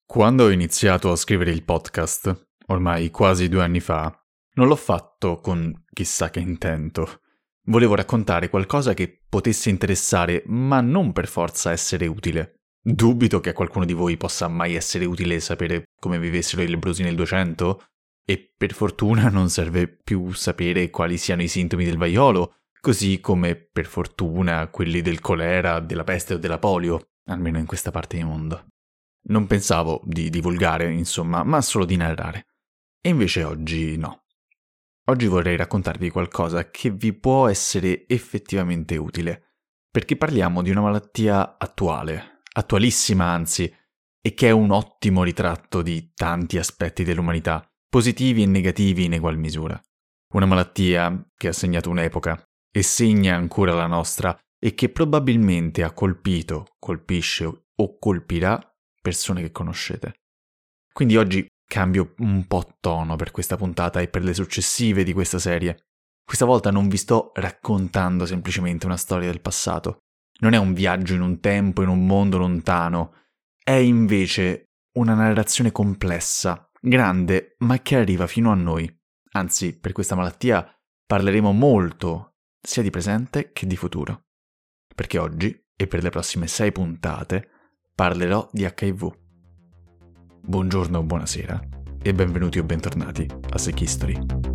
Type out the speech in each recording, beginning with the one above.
Quando ho iniziato a scrivere il podcast, ormai quasi 2 anni fa, non l'ho fatto con chissà che intento. Volevo raccontare qualcosa che potesse interessare, ma non per forza essere utile. Dubito che a qualcuno di voi possa mai essere utile sapere come vivessero i lebbrosi nel 200, e per fortuna non serve più sapere quali siano i sintomi del vaiolo, così come per fortuna quelli del colera, della peste o della polio, almeno in questa parte di mondo. Non pensavo di divulgare, insomma, ma solo di narrare. E invece oggi no. Oggi vorrei raccontarvi qualcosa che vi può essere effettivamente utile, perché parliamo di una malattia attuale, attualissima anzi, e che è un ottimo ritratto di tanti aspetti dell'umanità, positivi e negativi in egual misura. Una malattia che ha segnato un'epoca e segna ancora la nostra e che probabilmente ha colpito, colpisce o colpirà persone che conoscete. Quindi oggi cambio un po' tono per questa puntata e per le successive di questa serie. Questa volta non vi sto raccontando semplicemente una storia del passato. Non è un viaggio in un tempo, in un mondo lontano. È invece una narrazione complessa, grande, ma che arriva fino a noi. Anzi, per questa malattia parleremo molto, sia di presente che di futuro. Perché oggi, e per le prossime 6 puntate, parlerò di HIV. Buongiorno o buonasera e benvenuti o bentornati a Sick History.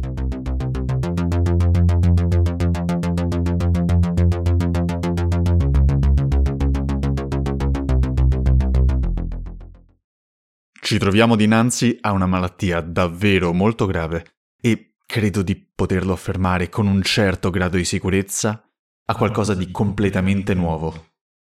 Ci troviamo dinanzi a una malattia davvero molto grave e credo di poterlo affermare con un certo grado di sicurezza a qualcosa di completamente nuovo.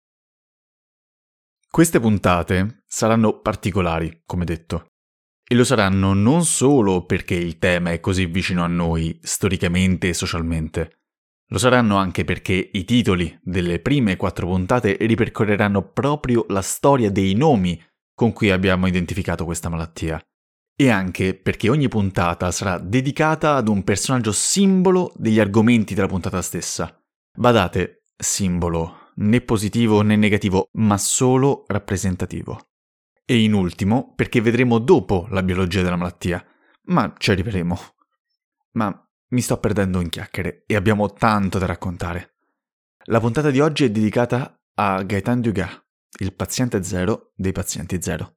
Queste puntate saranno particolari, come detto, e lo saranno non solo perché il tema è così vicino a noi, storicamente e socialmente. Lo saranno anche perché i titoli delle prime 4 puntate ripercorreranno proprio la storia dei nomi con cui abbiamo identificato questa malattia. E anche perché ogni puntata sarà dedicata ad un personaggio simbolo degli argomenti della puntata stessa. Badate, simbolo. Né positivo né negativo, ma solo rappresentativo. E in ultimo, perché vedremo dopo la biologia della malattia, ma ci arriveremo. Ma mi sto perdendo in chiacchiere e abbiamo tanto da raccontare. La puntata di oggi è dedicata a Gaëtan Dugas, il paziente zero dei pazienti zero.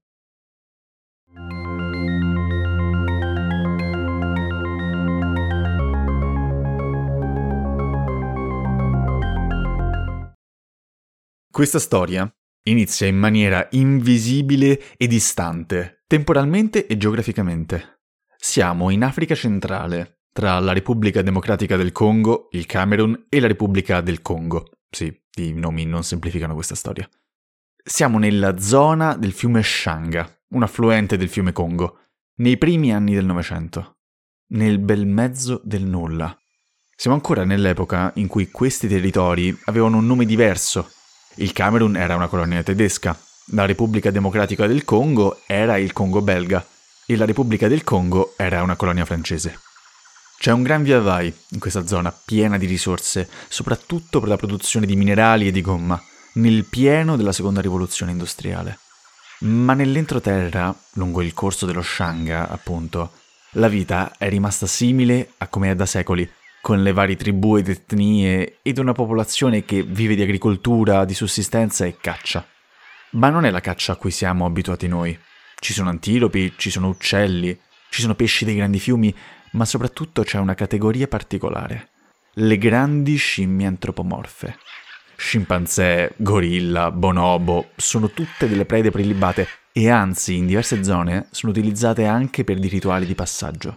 Questa storia inizia in maniera invisibile e distante, temporalmente e geograficamente. Siamo in Africa centrale, tra la Repubblica Democratica del Congo, il Camerun e la Repubblica del Congo. Sì, i nomi non semplificano questa storia. Siamo nella zona del fiume Shanga, un affluente del fiume Congo, nei primi anni del Novecento, nel bel mezzo del nulla. Siamo ancora nell'epoca in cui questi territori avevano un nome diverso. Il Camerun era una colonia tedesca, la Repubblica Democratica del Congo era il Congo belga e la Repubblica del Congo era una colonia francese. C'è un gran via vai in questa zona piena di risorse, soprattutto per la produzione di minerali e di gomma, nel pieno della seconda rivoluzione industriale. Ma nell'entroterra, lungo il corso dello Shanga, appunto, la vita è rimasta simile a come è da secoli, con le varie tribù ed etnie ed una popolazione che vive di agricoltura, di sussistenza e caccia. Ma non è la caccia a cui siamo abituati noi. Ci sono antilopi, ci sono uccelli, ci sono pesci dei grandi fiumi, ma soprattutto c'è una categoria particolare: le grandi scimmie antropomorfe. Scimpanzé, gorilla, bonobo, sono tutte delle prede prelibate e anzi in diverse zone sono utilizzate anche per dei rituali di passaggio.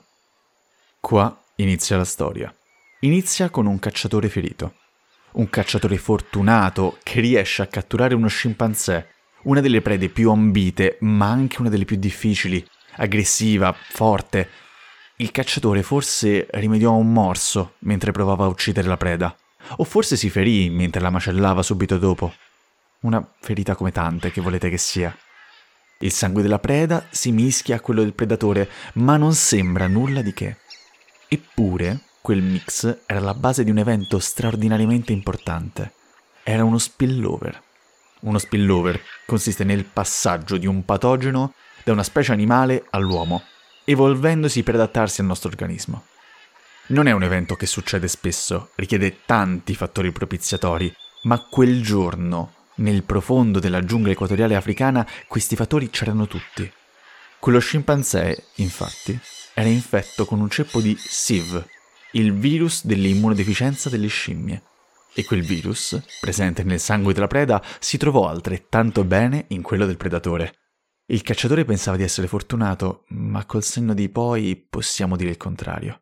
Qua inizia la storia. Inizia con un cacciatore ferito. Un cacciatore fortunato che riesce a catturare uno scimpanzé, una delle prede più ambite, ma anche una delle più difficili, aggressiva, forte. Il cacciatore forse rimediò a un morso mentre provava a uccidere la preda, o forse si ferì mentre la macellava subito dopo. Una ferita come tante che volete che sia. Il sangue della preda si mischia a quello del predatore, ma non sembra nulla di che. Eppure quel mix era la base di un evento straordinariamente importante. Era uno spillover. Uno spillover consiste nel passaggio di un patogeno da una specie animale all'uomo, evolvendosi per adattarsi al nostro organismo. Non è un evento che succede spesso, richiede tanti fattori propiziatori, ma quel giorno, nel profondo della giungla equatoriale africana, questi fattori c'erano tutti. Quello scimpanzé, infatti, era infetto con un ceppo di SIV, il virus dell'immunodeficienza delle scimmie. E quel virus, presente nel sangue della preda, si trovò altrettanto bene in quello del predatore. Il cacciatore pensava di essere fortunato, ma col senno di poi possiamo dire il contrario.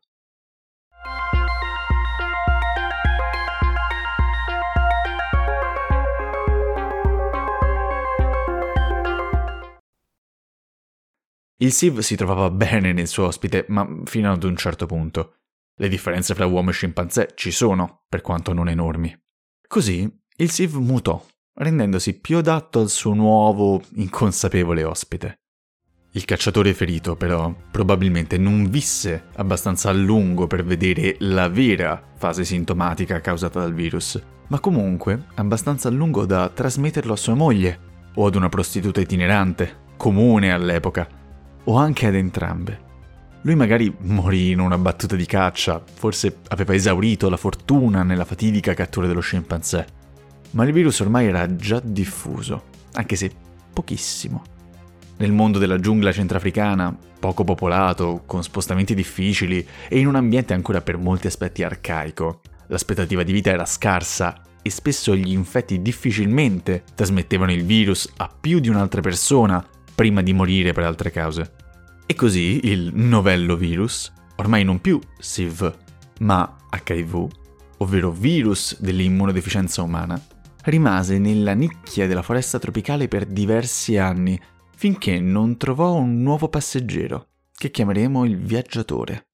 Il SIV si trovava bene nel suo ospite, ma fino ad un certo punto. Le differenze fra uomo e scimpanzé ci sono, per quanto non enormi. Così il SIV mutò, rendendosi più adatto al suo nuovo, inconsapevole ospite. Il cacciatore ferito, però, probabilmente non visse abbastanza a lungo per vedere la vera fase sintomatica causata dal virus, ma comunque abbastanza a lungo da trasmetterlo a sua moglie, o ad una prostituta itinerante, comune all'epoca, o anche ad entrambe. Lui magari morì in una battuta di caccia, forse aveva esaurito la fortuna nella fatidica cattura dello scimpanzé, ma il virus ormai era già diffuso, anche se pochissimo. Nel mondo della giungla centrafricana, poco popolato, con spostamenti difficili e in un ambiente ancora per molti aspetti arcaico, l'aspettativa di vita era scarsa e spesso gli infetti difficilmente trasmettevano il virus a più di un'altra persona prima di morire per altre cause. E così il novello virus, ormai non più SIV, ma HIV, ovvero virus dell'immunodeficienza umana, rimase nella nicchia della foresta tropicale per diversi anni, finché non trovò un nuovo passeggero, che chiameremo il viaggiatore.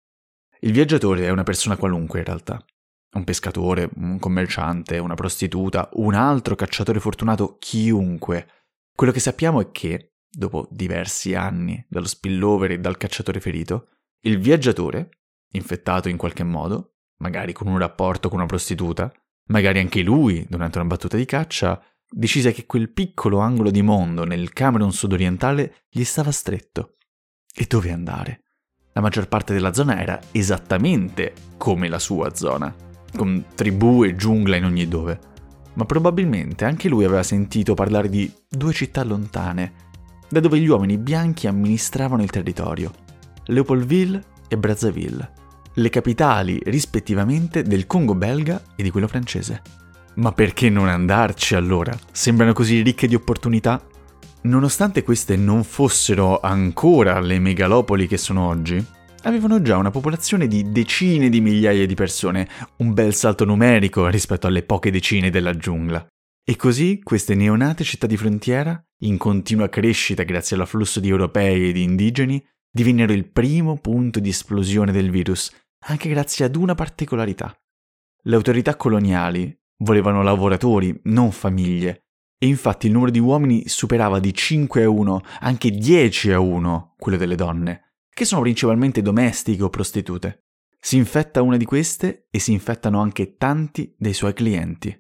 Il viaggiatore è una persona qualunque in realtà. Un pescatore, un commerciante, una prostituta, un altro cacciatore fortunato, chiunque. Quello che sappiamo è che, dopo diversi anni dallo spillover e dal cacciatore ferito, il viaggiatore, infettato in qualche modo, magari con un rapporto con una prostituta, magari anche lui durante una battuta di caccia, decise che quel piccolo angolo di mondo nel Camerun sudorientale gli stava stretto. E dove andare? La maggior parte della zona era esattamente come la sua zona, con tribù e giungla in ogni dove. Ma probabilmente anche lui aveva sentito parlare di due città lontane, da dove gli uomini bianchi amministravano il territorio, Leopoldville e Brazzaville, le capitali rispettivamente del Congo belga e di quello francese. Ma perché non andarci allora? Sembrano così ricche di opportunità? Nonostante queste non fossero ancora le megalopoli che sono oggi, avevano già una popolazione di decine di migliaia di persone, un bel salto numerico rispetto alle poche decine della giungla. E così queste neonate città di frontiera, in continua crescita grazie all'afflusso di europei e di indigeni, divennero il primo punto di esplosione del virus, anche grazie ad una particolarità. Le autorità coloniali volevano lavoratori, non famiglie, e infatti il numero di uomini superava di 5 a 1, anche 10 a 1, quello delle donne, che sono principalmente domestiche o prostitute. Si infetta una di queste e si infettano anche tanti dei suoi clienti.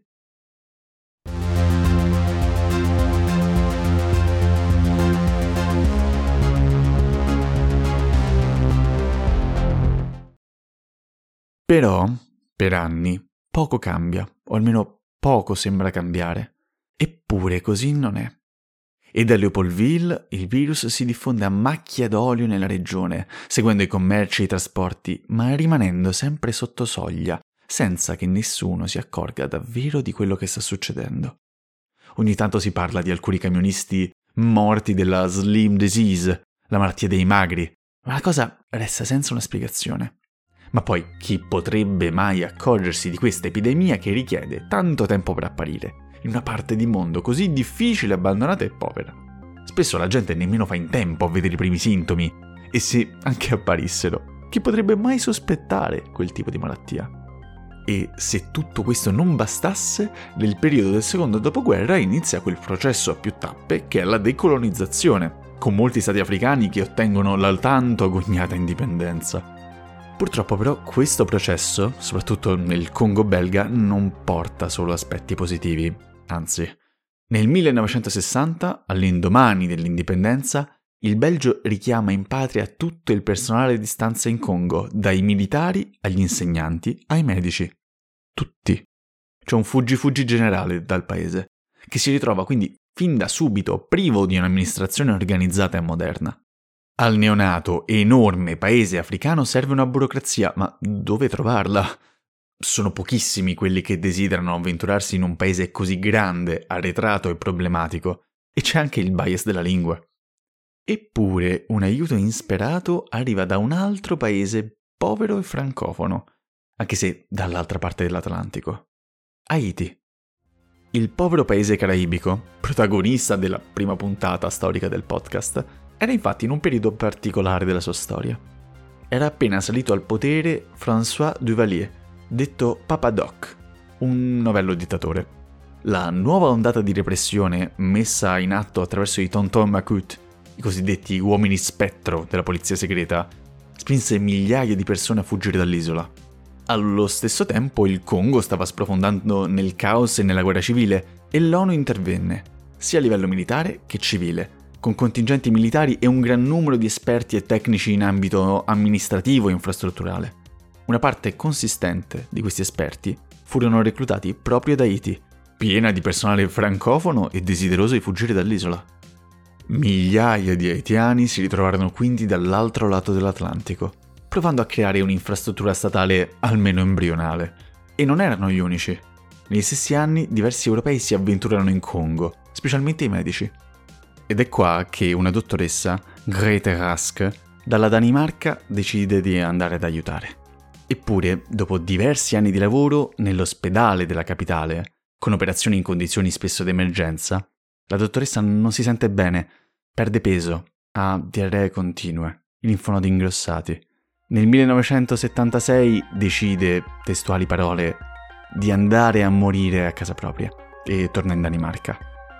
Però, per anni, poco cambia, o almeno poco sembra cambiare. Eppure così non è. E da Leopoldville il virus si diffonde a macchia d'olio nella regione, seguendo i commerci e i trasporti, ma rimanendo sempre sotto soglia, senza che nessuno si accorga davvero di quello che sta succedendo. Ogni tanto si parla di alcuni camionisti morti della Slim Disease, la malattia dei magri, ma la cosa resta senza una spiegazione. Ma poi chi potrebbe mai accorgersi di questa epidemia che richiede tanto tempo per apparire, in una parte di mondo così difficile, abbandonata e povera? Spesso la gente nemmeno fa in tempo a vedere i primi sintomi, e se anche apparissero, chi potrebbe mai sospettare quel tipo di malattia? E se tutto questo non bastasse, nel periodo del secondo dopoguerra inizia quel processo a più tappe che è la decolonizzazione, con molti stati africani che ottengono la tanto agognata indipendenza. Purtroppo però questo processo, soprattutto nel Congo belga, non porta solo aspetti positivi, anzi. Nel 1960, all'indomani dell'indipendenza, il Belgio richiama in patria tutto il personale di stanza in Congo, dai militari agli insegnanti ai medici. Tutti. C'è un fuggi generale dal paese, che si ritrova quindi fin da subito privo di un'amministrazione organizzata e moderna. Al neonato e enorme paese africano serve una burocrazia, ma dove trovarla? Sono pochissimi quelli che desiderano avventurarsi in un paese così grande, arretrato e problematico, e c'è anche il bias della lingua. Eppure un aiuto insperato arriva da un altro paese povero e francofono, anche se dall'altra parte dell'Atlantico. Haiti. Il povero paese caraibico, protagonista della prima puntata storica del podcast, era infatti in un periodo particolare della sua storia. Era appena salito al potere François Duvalier, detto Papa Doc, un novello dittatore. La nuova ondata di repressione messa in atto attraverso i Tonton Macoute, i cosiddetti uomini spettro della polizia segreta, spinse migliaia di persone a fuggire dall'isola. Allo stesso tempo il Congo stava sprofondando nel caos e nella guerra civile e l'ONU intervenne, sia a livello militare che civile, con contingenti militari e un gran numero di esperti e tecnici in ambito amministrativo e infrastrutturale. Una parte consistente di questi esperti furono reclutati proprio da Haiti, piena di personale francofono e desideroso di fuggire dall'isola. Migliaia di haitiani si ritrovarono quindi dall'altro lato dell'Atlantico, provando a creare un'infrastruttura statale almeno embrionale. E non erano gli unici. Negli stessi anni diversi europei si avventurarono in Congo, specialmente i medici. Ed è qua che una dottoressa, Grete Rask, dalla Danimarca decide di andare ad aiutare. Eppure, dopo diversi anni di lavoro nell'ospedale della capitale, con operazioni in condizioni spesso d'emergenza, la dottoressa non si sente bene, perde peso, ha diarree continue, i linfonodi ingrossati. Nel 1976 decide, testuali parole, di andare a morire a casa propria e torna in Danimarca.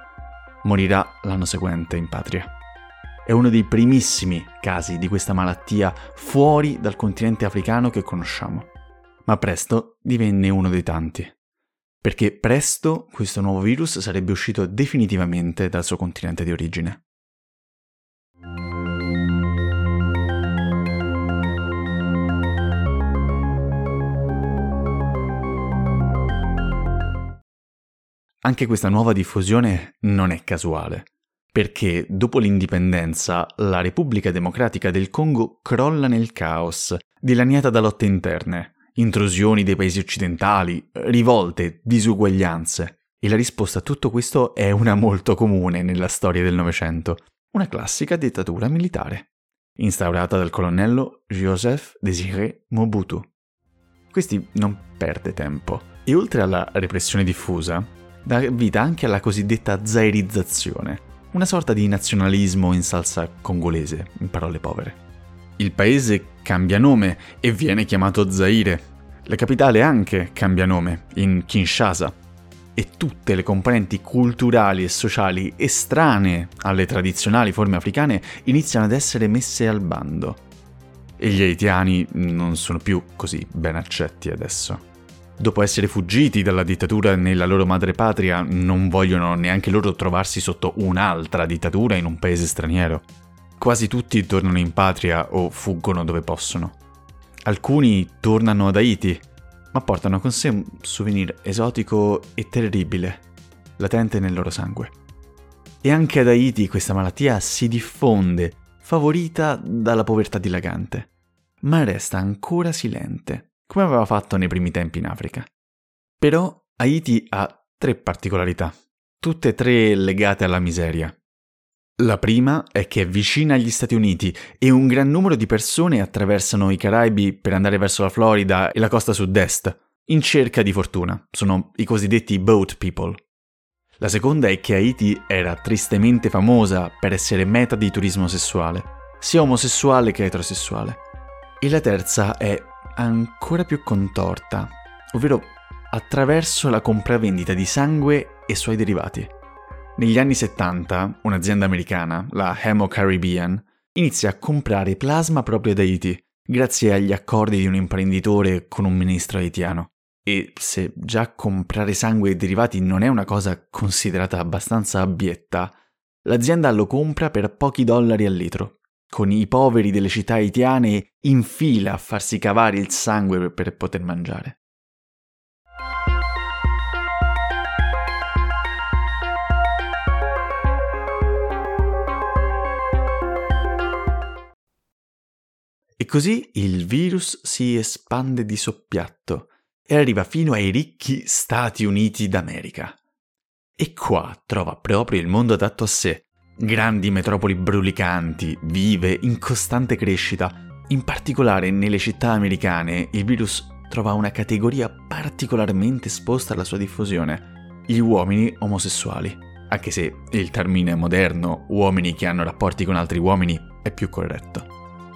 Morirà l'anno seguente in patria. È uno dei primissimi casi di questa malattia fuori dal continente africano che conosciamo. Ma presto divenne uno dei tanti. Perché presto questo nuovo virus sarebbe uscito definitivamente dal suo continente di origine. Anche questa nuova diffusione non è casuale, perché dopo l'indipendenza la Repubblica Democratica del Congo crolla nel caos, dilaniata da lotte interne, intrusioni dei paesi occidentali, rivolte, disuguaglianze. E la risposta a tutto questo è una molto comune nella storia del Novecento, una classica dittatura militare, instaurata dal colonnello Joseph Désiré Mobutu. Questi non perde tempo, e oltre alla repressione diffusa, dà vita anche alla cosiddetta zairizzazione, una sorta di nazionalismo in salsa congolese, in parole povere. Il paese cambia nome e viene chiamato Zaire. La capitale anche cambia nome, in Kinshasa. E tutte le componenti culturali e sociali estranee alle tradizionali forme africane iniziano ad essere messe al bando. E gli haitiani non sono più così ben accetti adesso. Dopo essere fuggiti dalla dittatura nella loro madrepatria, non vogliono neanche loro trovarsi sotto un'altra dittatura in un paese straniero. Quasi tutti tornano in patria o fuggono dove possono. Alcuni tornano ad Haiti, ma portano con sé un souvenir esotico e terribile, latente nel loro sangue. E anche ad Haiti questa malattia si diffonde, favorita dalla povertà dilagante, ma resta ancora silente, come aveva fatto nei primi tempi in Africa. Però Haiti ha 3 particolarità, tutte e 3 legate alla miseria. La prima è che è vicina agli Stati Uniti e un gran numero di persone attraversano i Caraibi per andare verso la Florida e la costa sud-est, in cerca di fortuna. Sono i cosiddetti boat people. La seconda è che Haiti era tristemente famosa per essere meta di turismo sessuale, sia omosessuale che eterosessuale. E la terza è ancora più contorta, ovvero attraverso la compravendita di sangue e suoi derivati. Negli anni 70, un'azienda americana, la Hemo Caribbean, inizia a comprare plasma proprio da Haiti, grazie agli accordi di un imprenditore con un ministro haitiano. E se già comprare sangue e derivati non è una cosa considerata abbastanza abietta, L'azienda lo compra per pochi dollari al litro, con i poveri delle città haitiane in fila a farsi cavare il sangue per poter mangiare. E così il virus si espande di soppiatto e arriva fino ai ricchi Stati Uniti d'America. E qua trova proprio il mondo adatto a sé. Grandi metropoli brulicanti, vive, in costante crescita. In particolare nelle città americane il virus trova una categoria particolarmente esposta alla sua diffusione: gli uomini omosessuali. Anche se il termine moderno, uomini che hanno rapporti con altri uomini, è più corretto.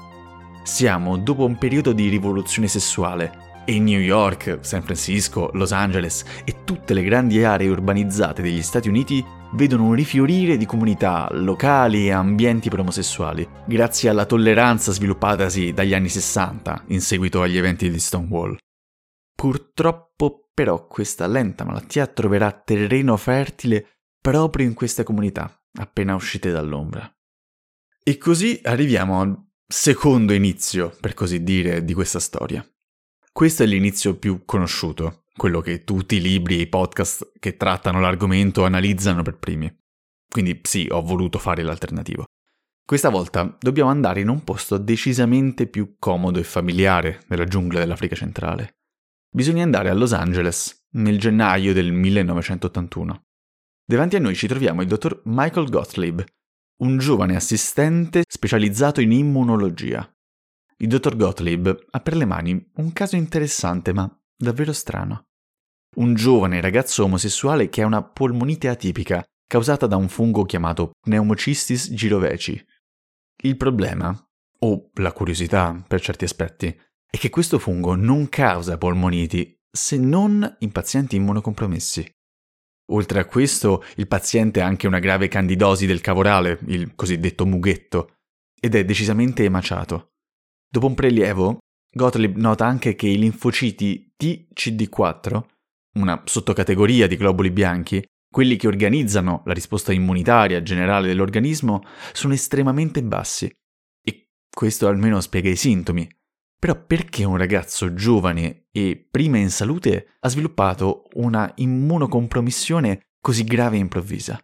Siamo dopo un periodo di rivoluzione sessuale e New York, San Francisco, Los Angeles e tutte le grandi aree urbanizzate degli Stati Uniti vedono un rifiorire di comunità, locali e ambienti per omosessuali, grazie alla tolleranza sviluppatasi dagli anni 60 in seguito agli eventi di Stonewall. Purtroppo però questa lenta malattia troverà terreno fertile proprio in queste comunità, appena uscite dall'ombra. E così arriviamo al secondo inizio, per così dire, di questa storia. Questo è l'inizio più conosciuto, quello che tutti i libri e i podcast che trattano l'argomento analizzano per primi. Quindi sì, ho voluto fare l'alternativo. Questa volta dobbiamo andare in un posto decisamente più comodo e familiare nella giungla dell'Africa centrale. Bisogna andare a Los Angeles nel gennaio del 1981. Davanti a noi ci troviamo il dottor Michael Gottlieb, un giovane assistente specializzato in immunologia. Il dottor Gottlieb ha per le mani un caso interessante ma davvero strano. Un giovane ragazzo omosessuale che ha una polmonite atipica causata da un fungo chiamato Pneumocystis gyroveci. Il problema, o la curiosità per certi aspetti, è che questo fungo non causa polmoniti se non in pazienti immunocompromessi. Oltre a questo, il paziente ha anche una grave candidosi del cavorale, il cosiddetto mughetto, ed è decisamente emaciato. Dopo un prelievo, Gottlieb nota anche che i linfociti TCD4, una sottocategoria di globuli bianchi, quelli che organizzano la risposta immunitaria generale dell'organismo, sono estremamente bassi. E questo almeno spiega i sintomi. Però perché un ragazzo giovane e prima in salute ha sviluppato una immunocompromissione così grave e improvvisa?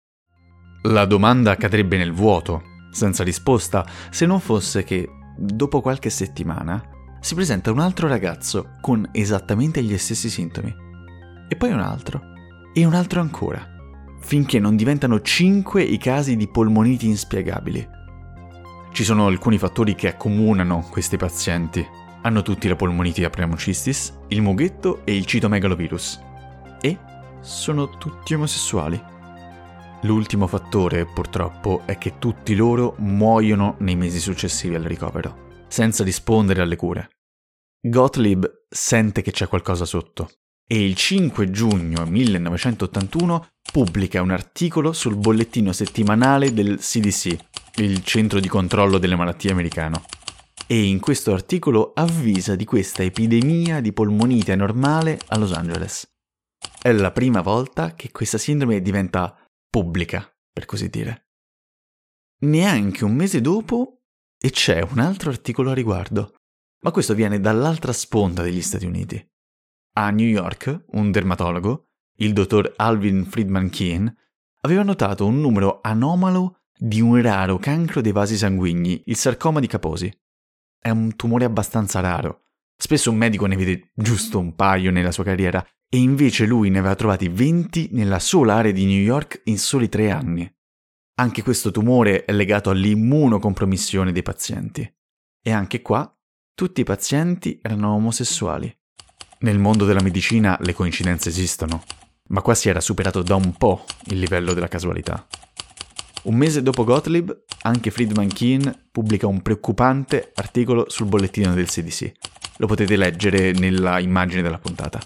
La domanda cadrebbe nel vuoto, senza risposta, se non fosse che, dopo qualche settimana, si presenta un altro ragazzo con esattamente gli stessi sintomi. E poi un altro, e un altro ancora, finché non diventano 5 i casi di polmoniti inspiegabili. Ci sono alcuni fattori che accomunano questi pazienti. Hanno tutti la polmonite a pneumocystis, il mughetto e il citomegalovirus. E sono tutti omosessuali. L'ultimo fattore, purtroppo, è che tutti loro muoiono nei mesi successivi al ricovero, senza rispondere alle cure. Gottlieb sente che c'è qualcosa sotto e il 5 giugno 1981 pubblica un articolo sul bollettino settimanale del CDC, il Centro di Controllo delle Malattie americano, e in questo articolo avvisa di questa epidemia di polmonite anormale a Los Angeles. È la prima volta che questa sindrome diventa pubblica, per così dire. Neanche un mese dopo, e c'è un altro articolo a riguardo, ma questo viene dall'altra sponda degli Stati Uniti. A New York, un dermatologo, il dottor Alvin Friedman Keane, aveva notato un numero anomalo di un raro cancro dei vasi sanguigni, il sarcoma di Kaposi. È un tumore abbastanza raro. Spesso un medico ne vede giusto un paio nella sua carriera, e invece lui ne aveva trovati 20 nella sola area di New York in soli 3 anni. Anche questo tumore è legato all'immunocompromissione dei pazienti. E anche qua, tutti i pazienti erano omosessuali. Nel mondo della medicina le coincidenze esistono, ma qua si era superato da un po' il livello della casualità. Un mese dopo Gottlieb, anche Friedman Keane pubblica un preoccupante articolo sul bollettino del CDC. Lo potete leggere nella immagine della puntata.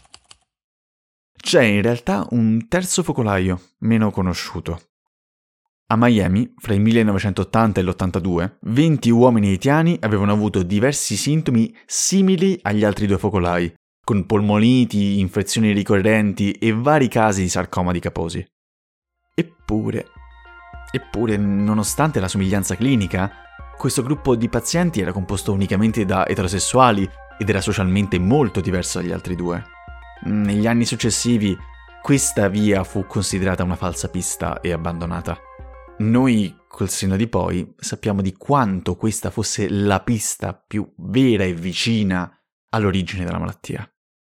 C'è in realtà un terzo focolaio, meno conosciuto. A Miami, fra il 1980 e l'82, 20 uomini haitiani avevano avuto diversi sintomi simili agli altri 2 focolai, con polmoniti, infezioni ricorrenti e vari casi di sarcoma di Kaposi. Eppure, Eppure, nonostante la somiglianza clinica, questo gruppo di pazienti era composto unicamente da eterosessuali ed era socialmente molto diverso dagli altri due. Negli anni successivi, questa via fu considerata una falsa pista e abbandonata. Noi, col senno di poi, sappiamo di quanto questa fosse la pista più vera e vicina all'origine della malattia.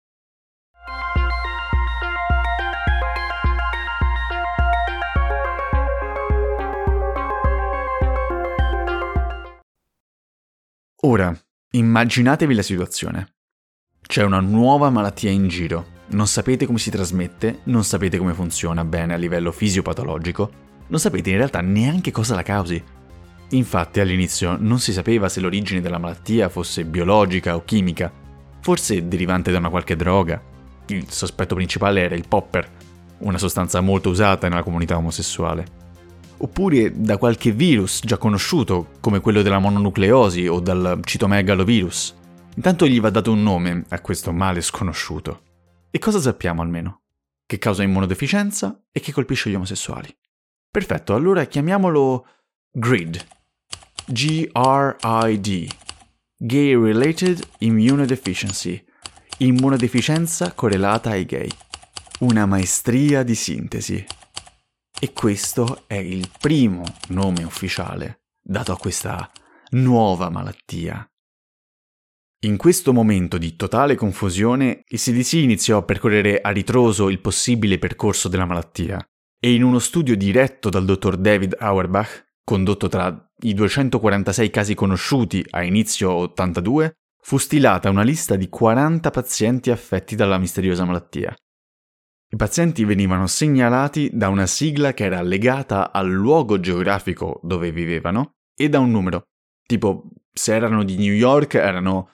Ora, immaginatevi la situazione. C'è una nuova malattia in giro, non sapete come si trasmette, non sapete come funziona bene a livello fisiopatologico, non sapete in realtà neanche cosa la causi. Infatti all'inizio non si sapeva se l'origine della malattia fosse biologica o chimica, forse derivante da una qualche droga. Il sospetto principale era il popper, una sostanza molto usata nella comunità omosessuale. Oppure da qualche virus già conosciuto, come quello della mononucleosi o dal citomegalovirus. Intanto gli va dato un nome a questo male sconosciuto. E cosa sappiamo almeno? Che causa immunodeficienza e che colpisce gli omosessuali. Perfetto, allora chiamiamolo GRID. G-R-I-D. Gay Related Immunodeficiency. Immunodeficienza correlata ai gay. Una maestria di sintesi. E questo è il primo nome ufficiale dato a questa nuova malattia. In questo momento di totale confusione, il CDC iniziò a percorrere a ritroso il possibile percorso della malattia e in uno studio diretto dal dottor David Auerbach, condotto tra i 246 casi conosciuti a inizio 82, fu stilata una lista di 40 pazienti affetti dalla misteriosa malattia. I pazienti venivano segnalati da una sigla che era legata al luogo geografico dove vivevano e da un numero, tipo se erano di New York erano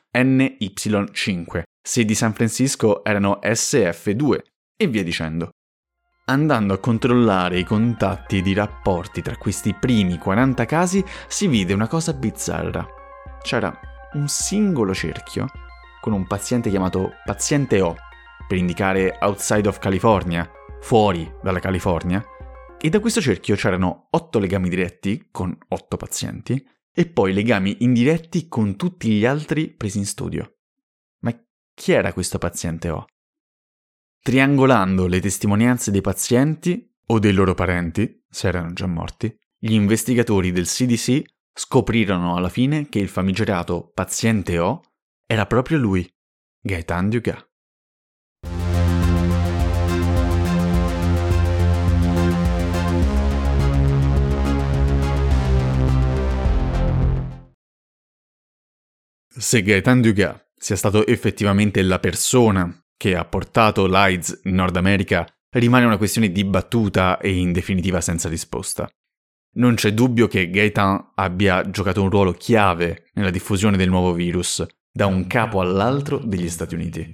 NY5, se di San Francisco erano SF2 e via dicendo. Andando a controllare i contatti ed i rapporti tra questi primi 40 casi si vide una cosa bizzarra. C'era un singolo cerchio con un paziente chiamato paziente O, per indicare outside of California, fuori dalla California, e da questo cerchio c'erano 8 legami diretti con 8 pazienti e poi legami indiretti con tutti gli altri presi in studio. Ma chi era questo paziente O? Triangolando le testimonianze dei pazienti o dei loro parenti, se erano già morti, gli investigatori del CDC scoprirono alla fine che il famigerato paziente O era proprio lui, Gaëtan Dugas. Se Gaëtan Dugas sia stato effettivamente la persona che ha portato l'AIDS in Nord America rimane una questione dibattuta e in definitiva senza risposta. Non c'è dubbio che Gaëtan abbia giocato un ruolo chiave nella diffusione del nuovo virus, da un capo all'altro degli Stati Uniti.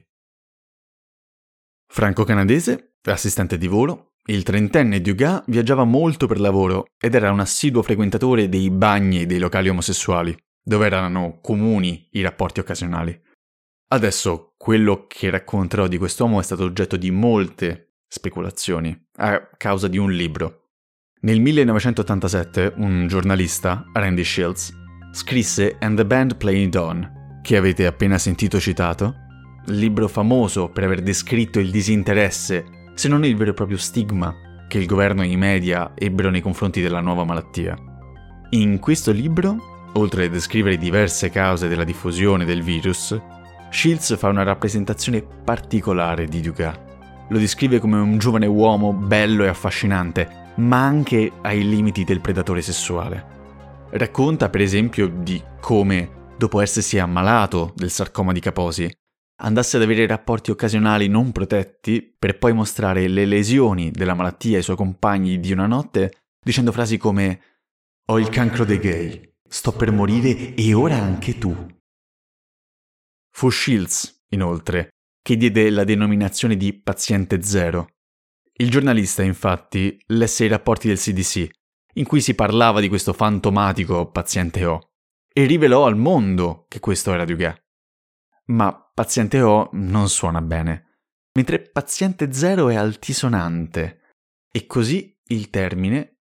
Franco-canadese, assistente di volo, il trentenne Dugas viaggiava molto per lavoro ed era un assiduo frequentatore dei bagni e dei locali omosessuali, dove erano comuni i rapporti occasionali. Adesso, quello che racconterò di quest'uomo è stato oggetto di molte speculazioni, a causa di un libro. Nel 1987, un giornalista, Randy Shields, scrisse And the Band Played On, che avete appena sentito citato, libro famoso per aver descritto il disinteresse, se non il vero e proprio stigma, che il governo e i media ebbero nei confronti della nuova malattia. In questo libro, oltre a descrivere diverse cause della diffusione del virus, Shields fa una rappresentazione particolare di Dugas. Lo descrive come un giovane uomo bello e affascinante, ma anche ai limiti del predatore sessuale. Racconta per esempio di come, dopo essersi ammalato del sarcoma di Kaposi, andasse ad avere rapporti occasionali non protetti per poi mostrare le lesioni della malattia ai suoi compagni di una notte dicendo frasi come «Ho il cancro dei gay, sto per morire e ora anche tu». Fu Shields, inoltre, che diede la denominazione di paziente zero. Il giornalista, infatti, lesse i rapporti del CDC, in cui si parlava di questo fantomatico paziente O, e rivelò al mondo che questo era Dugas. Ma paziente O non suona bene, mentre paziente zero è altisonante, e così il termine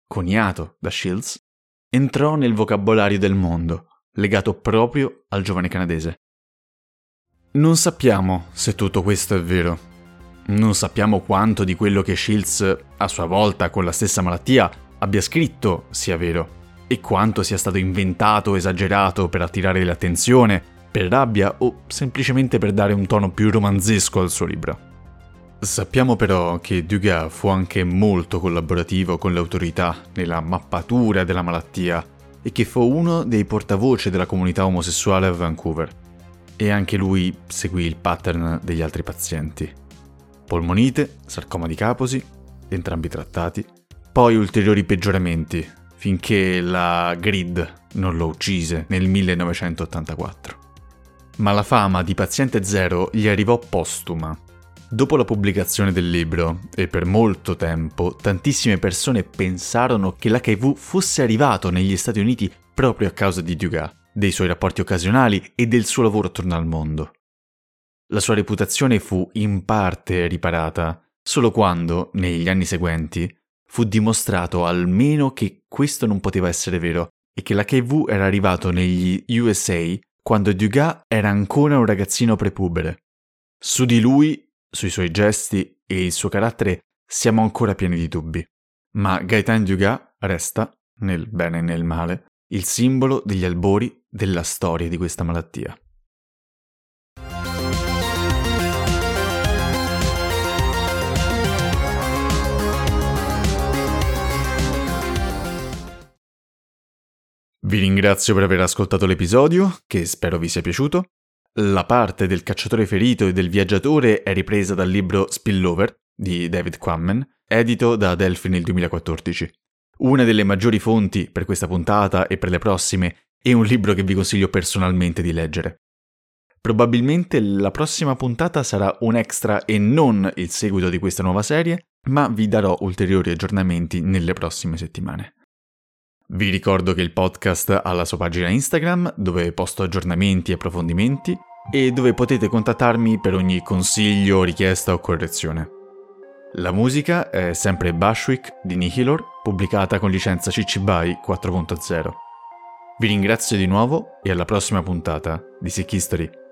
coniato da Shields, entrò nel vocabolario del mondo, legato proprio al giovane canadese. Non sappiamo se tutto questo è vero. Non sappiamo quanto di quello che Shields, a sua volta con la stessa malattia, abbia scritto sia vero, e quanto sia stato inventato o esagerato per attirare l'attenzione, per rabbia o semplicemente per dare un tono più romanzesco al suo libro. Sappiamo però che Degas fu anche molto collaborativo con le autorità nella mappatura della malattia e che fu uno dei portavoce della comunità omosessuale a Vancouver. E anche lui seguì il pattern degli altri pazienti. Polmonite, sarcoma di Kaposi, entrambi trattati, poi ulteriori peggioramenti, finché la GRID non lo uccise nel 1984. Ma la fama di paziente zero gli arrivò postuma. Dopo la pubblicazione del libro, e per molto tempo, tantissime persone pensarono che l'HIV fosse arrivato negli Stati Uniti proprio a causa di Degas, dei suoi rapporti occasionali e del suo lavoro attorno al mondo. La sua reputazione fu in parte riparata solo quando, negli anni seguenti, fu dimostrato almeno che questo non poteva essere vero e che l'HIV era arrivato negli USA quando Degas era ancora un ragazzino prepubere. Su di lui, sui suoi gesti e il suo carattere siamo ancora pieni di dubbi, ma Gaëtan Degas resta, nel bene e nel male, il simbolo degli albori della storia di questa malattia. Vi ringrazio per aver ascoltato l'episodio, che spero vi sia piaciuto. La parte del cacciatore ferito e del viaggiatore è ripresa dal libro Spillover di David Quammen, edito da Adelphi nel 2014. Una delle maggiori fonti per questa puntata e per le prossime è un libro che vi consiglio personalmente di leggere. Probabilmente la prossima puntata sarà un extra e non il seguito di questa nuova serie, ma vi darò ulteriori aggiornamenti nelle prossime settimane. Vi ricordo che il podcast ha la sua pagina Instagram, dove posto aggiornamenti e approfondimenti, e dove potete contattarmi per ogni consiglio, richiesta o correzione. La musica è sempre Bushwick di Nihilor, pubblicata con licenza CC BY 4.0. Vi ringrazio di nuovo e alla prossima puntata di Sick History.